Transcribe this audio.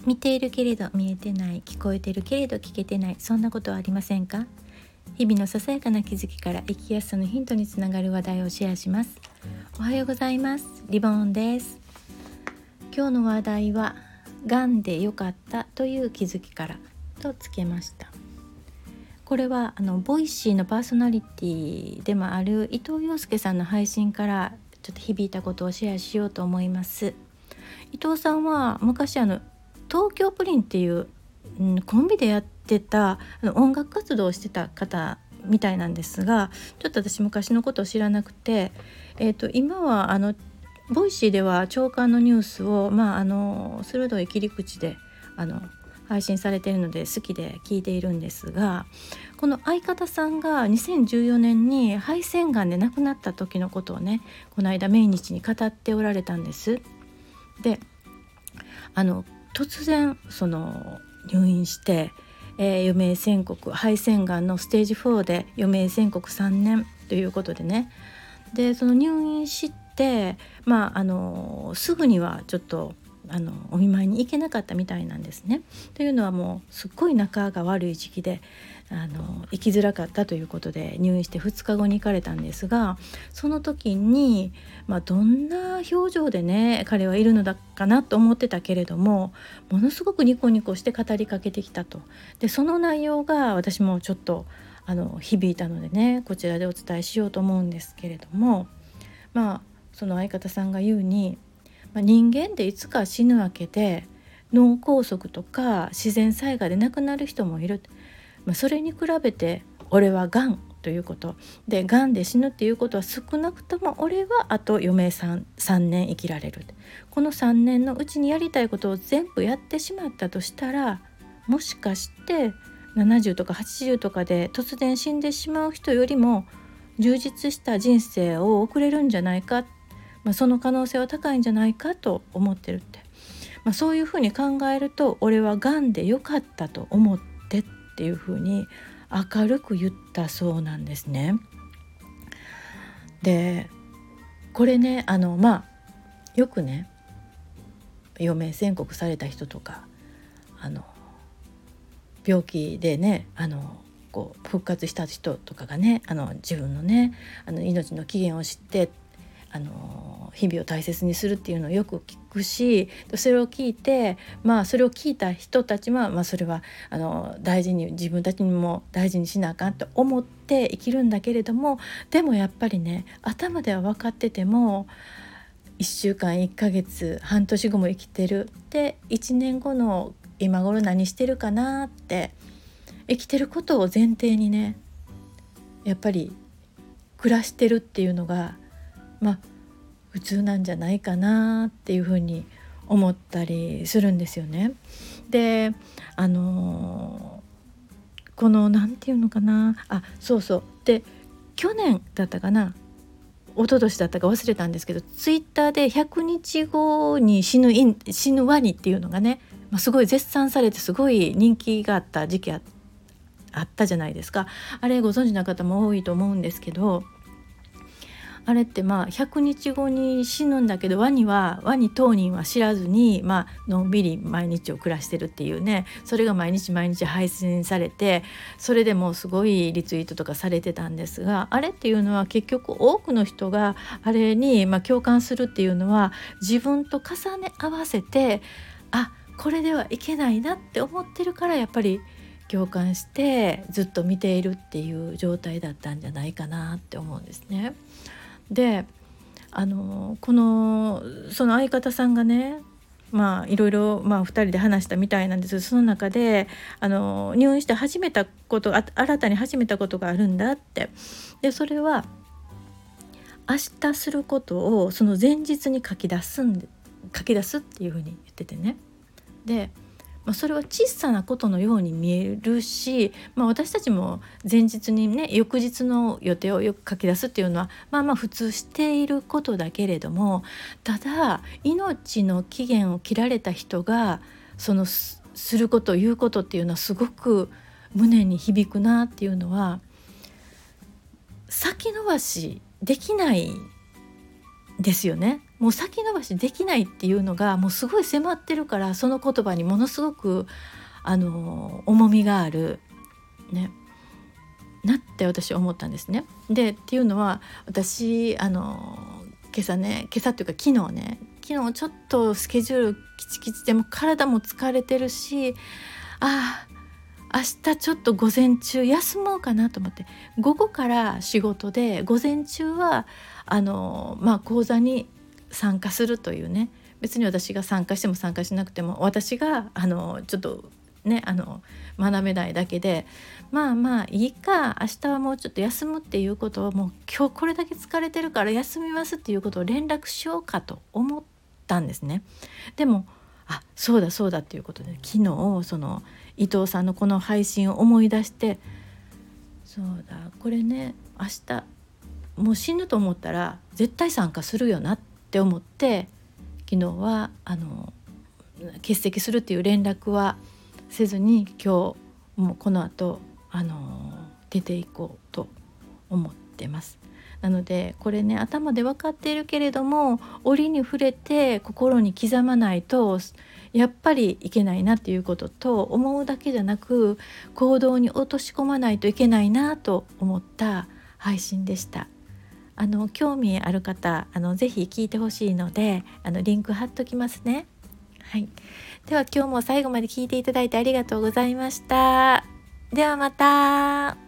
見ているけれど見えてない、聞こえているけれど聞けてない、そんなことはありませんか？日々のささやかな気づきから生きやすさのヒントにつながる話題をシェアします。おはようございます。リボンです。今日の話題はがんでよかったという気づきからとつけました。これはボイシーのパーソナリティでもある伊藤陽介さんの配信からちょっと響いたことをシェアしようと思います。伊藤さんは昔東京プリンっていう、コンビでやってた音楽活動をしてた方みたいなんですが、ちょっと私昔のことを知らなくて、今はボイシーでは朝刊のニュースを、鋭い切り口で配信されているので好きで聞いているんですが、この相方さんが2014年に肺腺がんで亡くなった時のことをね、この間命日に語っておられたんです。で突然入院して、余命宣告、肺腺がんのステージ4で余命宣告3年ということでね、でその入院して、すぐにはちょっとお見舞いに行けなかったみたいなんですね。というのはもうすっごい仲が悪い時期で生きづらかったということで入院して2日後に行かれたんですが、その時に、どんな表情でね彼はいるのだかなと思ってたけれども、ものすごくニコニコして語りかけてきたと。でその内容が私もちょっと響いたのでね、こちらでお伝えしようと思うんですけれども、その相方さんが言うに、人間っていつか死ぬわけで、脳梗塞とか自然災害で亡くなる人もいる。それに比べて俺はがんということで、がんで死ぬっていうことは少なくとも俺はあと余命 3年生きられる。この3年のうちにやりたいことを全部やってしまったとしたら、もしかして70とか80とかで突然死んでしまう人よりも充実した人生を送れるんじゃないか、その可能性は高いんじゃないかと思ってるって、そういうふうに考えると俺はがんでよかったと思ってっていうふうに明るく言ったそうなんですね。でこれねよくね余命宣告された人とか病気でね復活した人とかがね自分のね命の期限を知って日々を大切にするっていうのをよく聞くし、それを聞いて、それを聞いた人たちは、それは大事に自分たちにも大事にしなあかんと思って生きるんだけれども、でもやっぱりね頭では分かってても1週間1ヶ月半年後も生きてるで、1年後の今頃何してるかなって生きてることを前提にねやっぱり暮らしてるっていうのが普通なんじゃないかなっていうふうに思ったりするんですよね。でこのなんていうのかな、で去年だったかな一昨年だったか忘れたんですけど、ツイッターで100日後に死ぬワニっていうのがね、すごい絶賛されてすごい人気があった時期あったじゃないですか。あれご存知の方も多いと思うんですけど、あれって100日後に死ぬんだけどワニ当人は知らずにのんびり毎日を暮らしてるっていうね、それが毎日配信されて、それでもすごいリツイートとかされてたんですが、あれっていうのは結局多くの人があれに共感するっていうのは自分と重ね合わせてこれではいけないなって思ってるからやっぱり共感してずっと見ているっていう状態だったんじゃないかなって思うんですね。でその相方さんがねいろいろ2人で話したみたいなんです。その中で入院して新たに始めたことがあるんだって。でそれは明日することをその前日に書き出すっていうふうに言っててね。でそれは小さなことのように見えるし、私たちも前日にね翌日の予定をよく書き出すっていうのは普通していることだけれども、ただ命の期限を切られた人がすること言うことっていうのはすごく胸に響くなっていうのは、先延ばしできないですよね。 もう先延ばしできないっていうのがもうすごい迫ってるから、その言葉にものすごく重みがあるねなって私は思ったんですね。でっていうのは、私今朝っていうか昨日ちょっとスケジュールキチキチでも体も疲れてるし、明日ちょっと午前中休もうかなと思って、午後から仕事で午前中は講座に参加するというね、別に私が参加しても参加しなくても、私がちょっとね学べないだけで、いいか、明日はもうちょっと休むっていうことを、もう今日これだけ疲れてるから休みますっていうことを連絡しようかと思ったんですね。でもそうだっていうことで、昨日その伊藤さんのこの配信を思い出して、そうだこれね、明日もう死ぬと思ったら絶対参加するよなって思って、昨日は欠席するっていう連絡はせずに、今日もうこの後出ていこうと思ってます。なのでこれね、頭で分かっているけれども、折に触れて心に刻まないとやっぱりいけないなっていうことと、思うだけじゃなく行動に落とし込まないといけないなと思った配信でした。興味ある方ぜひ聞いてほしいのでリンク貼っときますね。はい、では今日も最後まで聞いていただいてありがとうございました。ではまた。